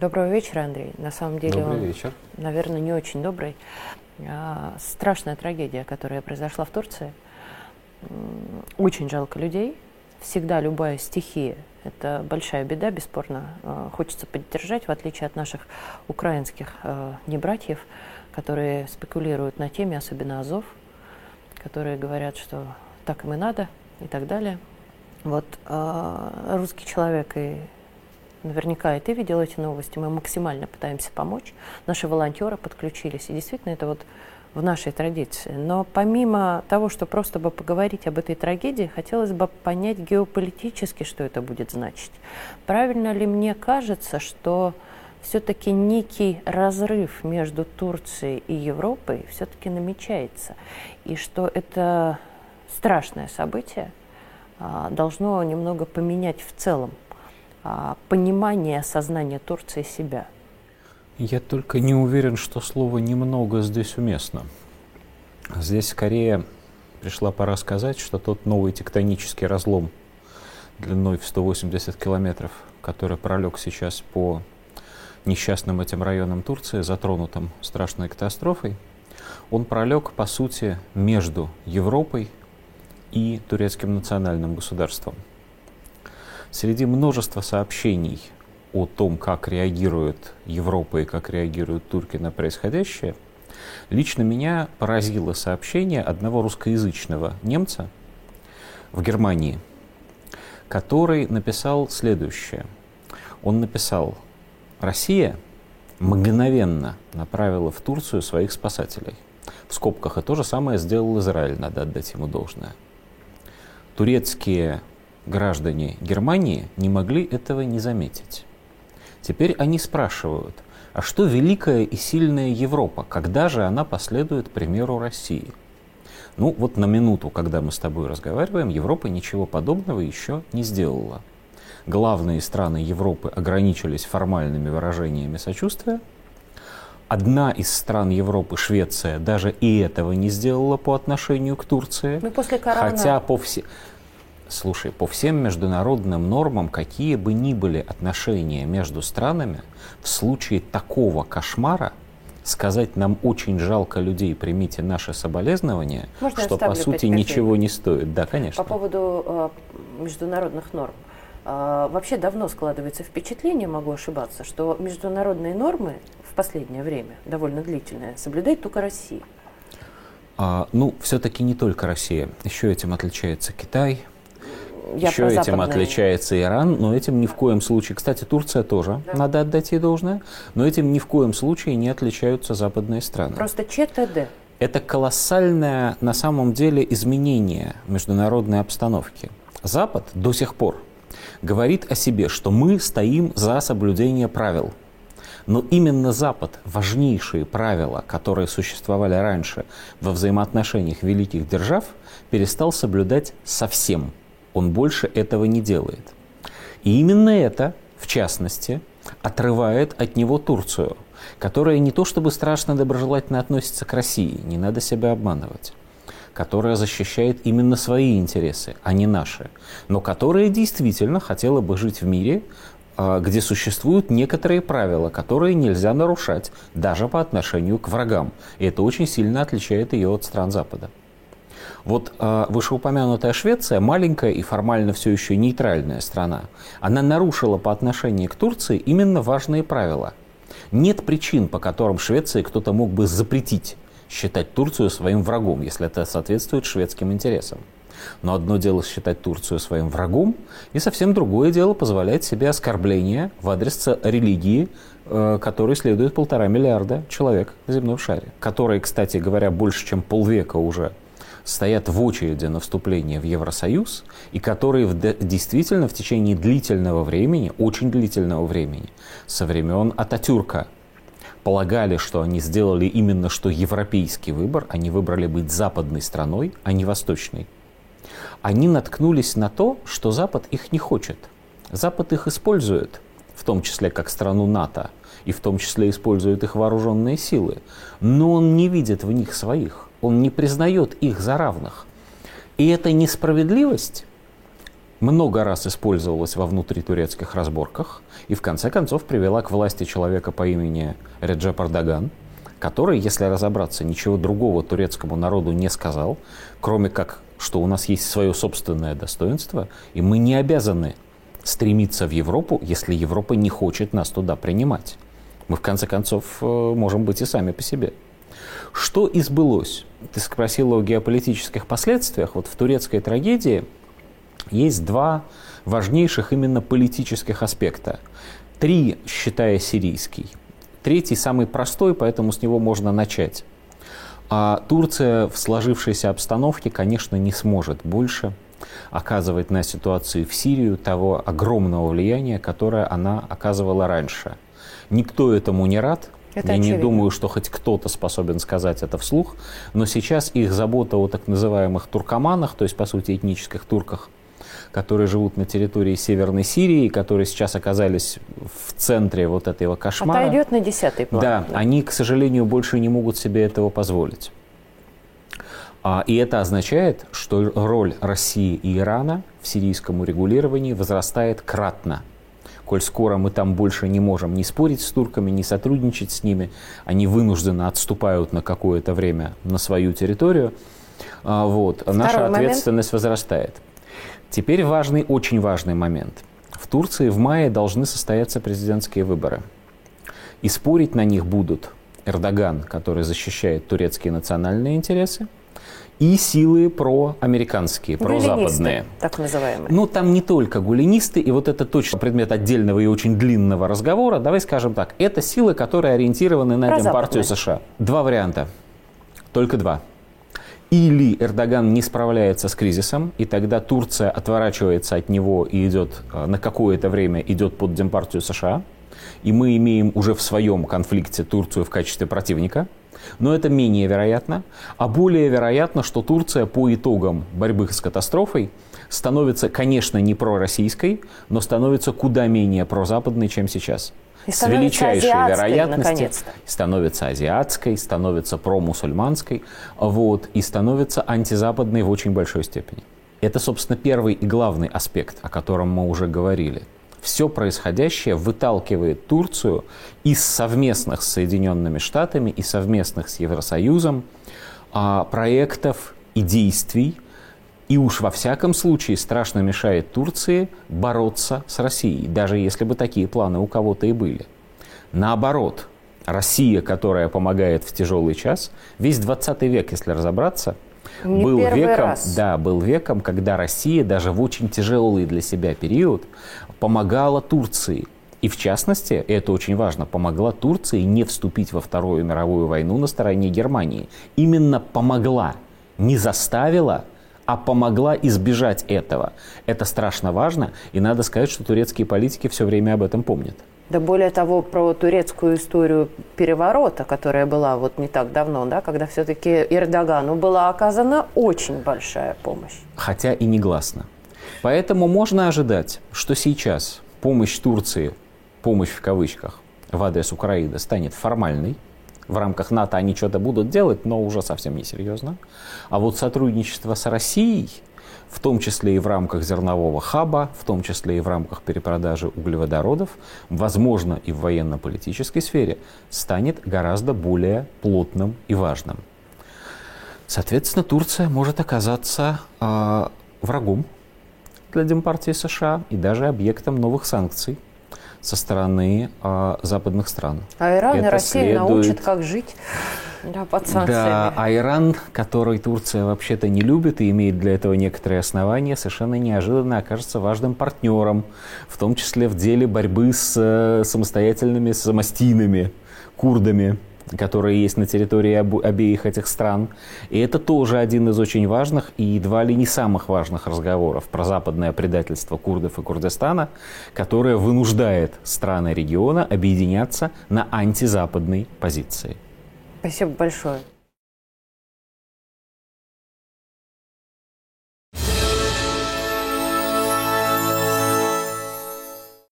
Доброго вечера, Андрей. На самом деле Добрый он, вечер. наверное, не очень добрый. Страшная трагедия, которая произошла в Турции. Очень жалко людей. Всегда любая стихия – это большая беда, бесспорно. Хочется поддержать, в отличие от наших украинских небратьев, которые спекулируют на теме, особенно Азов, которые говорят, что так им и надо и так далее. Вот русский человек, и наверняка и ты видел эти новости, мы максимально пытаемся помочь. Наши волонтеры подключились, и действительно это вот в нашей традиции. Но помимо того, что просто бы поговорить об этой трагедии, хотелось бы понять геополитически, что это будет значить. Правильно ли мне кажется, что все-таки некий разрыв между Турцией и Европой все-таки намечается, и что это страшное событие должно немного поменять в целом понимание, осознание Турции себя? Я только не уверен, что слово «немного» здесь уместно. Здесь скорее пришла пора сказать, что тот новый тектонический разлом длиной в 180 километров, который пролег сейчас по несчастным этим районам Турции, затронутым страшной катастрофой, он пролег, по сути, между Европой и турецким национальным государством. Среди множества сообщений о том, как реагирует Европа и как реагируют турки на происходящее, лично меня поразило сообщение одного русскоязычного немца в Германии, который написал следующее. Он написал: «Россия мгновенно направила в Турцию своих спасателей». В скобках, и то же самое сделал Израиль, надо отдать ему должное. Турецкие граждане Германии не могли этого не заметить. Теперь они спрашивают, а что великая и сильная Европа, когда же она последует примеру России? Ну вот на минуту, когда мы с тобой разговариваем, Европа ничего подобного еще не сделала. Главные страны Европы ограничились формальными выражениями сочувствия. Одна из стран Европы, Швеция, даже и этого не сделала по отношению к Турции. Мы после Корана... Хотя по всем международным нормам, какие бы ни были отношения между странами, в случае такого кошмара сказать «нам очень жалко людей, примите наши соболезнования», можно что по сути ничего не стоит. Да, конечно. По поводу международных норм. Вообще давно складывается впечатление, могу ошибаться, что международные нормы в последнее время, довольно длительное, соблюдает только Россия. Все-таки не только Россия. Еще этим отличается Китай. Я Еще этим отличается Иран, но этим ни в коем случае, кстати, Турция тоже, да, надо отдать ей должное, но этим ни в коем случае не отличаются западные страны. Просто ЧТД. Это колоссальное на самом деле изменение международной обстановки. Запад до сих пор говорит о себе, что мы стоим за соблюдение правил. Но именно Запад важнейшие правила, которые существовали раньше во взаимоотношениях великих держав, перестал соблюдать совсем. Он больше этого не делает. И именно это, в частности, отрывает от него Турцию, которая не то чтобы страшно доброжелательно относится к России, не надо себя обманывать, которая защищает именно свои интересы, а не наши, но которая действительно хотела бы жить в мире, где существуют некоторые правила, которые нельзя нарушать даже по отношению к врагам. И это очень сильно отличает ее от стран Запада. Вот вышеупомянутая Швеция, маленькая и формально все еще нейтральная страна, она нарушила по отношению к Турции именно важные правила. Нет причин, по которым Швеции кто-то мог бы запретить считать Турцию своим врагом, если это соответствует шведским интересам. Но одно дело считать Турцию своим врагом, и совсем другое дело позволять себе оскорбления в адрес религии, которой следует 1,5 миллиарда человек на земном шаре, которые, кстати говоря, больше чем полвека уже стоят в очереди на вступление в Евросоюз, и которые действительно в течение длительного времени, очень длительного времени, со времен Ататюрка, полагали, что они сделали именно что европейский выбор, они выбрали быть западной страной, а не восточной. Они наткнулись на то, что Запад их не хочет. Запад их использует, в том числе как страну НАТО, и в том числе использует их вооруженные силы, но он не видит в них своих. Он не признает их за равных. И эта несправедливость много раз использовалась во внутритурецких разборках и в конце концов привела к власти человека по имени Реджеп Эрдоган, который, если разобраться, ничего другого турецкому народу не сказал, кроме как, что у нас есть свое собственное достоинство, и мы не обязаны стремиться в Европу, если Европа не хочет нас туда принимать. Мы, в конце концов, можем быть и сами по себе. Что и сбылось? Ты спросила о геополитических последствиях. Вот в турецкой трагедии есть два важнейших именно политических аспекта. Три, считая сирийский. Третий самый простой, поэтому с него можно начать. А Турция в сложившейся обстановке, конечно, не сможет больше оказывать на ситуацию в Сирию того огромного влияния, которое она оказывала раньше. Никто этому не рад. Я не думаю, что хоть кто-то способен сказать это вслух, но сейчас их забота о так называемых туркоманах, то есть, по сути, этнических турках, которые живут на территории Северной Сирии, которые сейчас оказались в центре вот этого кошмара. Отойдет на 10-й план. Да, они, к сожалению, больше не могут себе этого позволить. И это означает, что роль России и Ирана в сирийском урегулировании возрастает кратно. Коль скоро мы там больше не можем ни спорить с турками, ни сотрудничать с ними, они вынужденно отступают на какое-то время на свою территорию, наша ответственность возрастает. Теперь очень важный момент. В Турции в мае должны состояться президентские выборы. И спорить на них будут Эрдоган, который защищает турецкие национальные интересы, и силы проамериканские, прозападные. Так называемые. Ну, там не только гулянисты, и вот это точно предмет отдельного и очень длинного разговора. Давай скажем так, это силы, которые ориентированы на Демпартию США. Два варианта, только два. Или Эрдоган не справляется с кризисом, и тогда Турция отворачивается от него и идет на какое-то время идет под Демпартию США. И мы имеем уже в своем конфликте Турцию в качестве противника. Но это менее вероятно. А более вероятно, что Турция по итогам борьбы с катастрофой становится, конечно, не пророссийской, но становится куда менее прозападной, чем сейчас. С величайшей вероятностью становится азиатской, становится промусульманской, и становится антизападной в очень большой степени. Это, собственно, первый и главный аспект, о котором мы уже говорили. Все происходящее выталкивает Турцию из совместных с Соединенными Штатами и совместных с Евросоюзом проектов и действий, и уж во всяком случае страшно мешает Турции бороться с Россией, даже если бы такие планы у кого-то и были. Наоборот, Россия, которая помогает в тяжелый час, весь 20 век, если разобраться, был веком, когда Россия даже в очень тяжелый для себя период помогала Турции. И в частности, и это очень важно, помогла Турции не вступить во Вторую мировую войну на стороне Германии. Именно помогла, не заставила, а помогла избежать этого. Это страшно важно, и надо сказать, что турецкие политики все время об этом помнят. Да более того, про турецкую историю переворота, которая была вот не так давно, да, когда все-таки Эрдогану была оказана очень большая помощь. Хотя и негласно. Поэтому можно ожидать, что сейчас помощь Турции, помощь в кавычках, в адрес Украины станет формальной. В рамках НАТО они что-то будут делать, но уже совсем несерьезно. А вот сотрудничество с Россией, в том числе и в рамках зернового хаба, в том числе и в рамках перепродажи углеводородов, возможно, и в военно-политической сфере, станет гораздо более плотным и важным. Соответственно, Турция может оказаться врагом для Демпартии США и даже объектом новых санкций со стороны западных стран. А Иран и Россия научат, как жить под санкциями. Да, а Иран, который Турция вообще-то не любит и имеет для этого некоторые основания, совершенно неожиданно окажется важным партнером, в том числе в деле борьбы с самостоятельными самостийными курдами, которые есть на территории обеих этих стран. И это тоже один из очень важных и едва ли не самых важных разговоров про западное предательство курдов и Курдистана, которое вынуждает страны региона объединяться на антизападной позиции. Спасибо большое.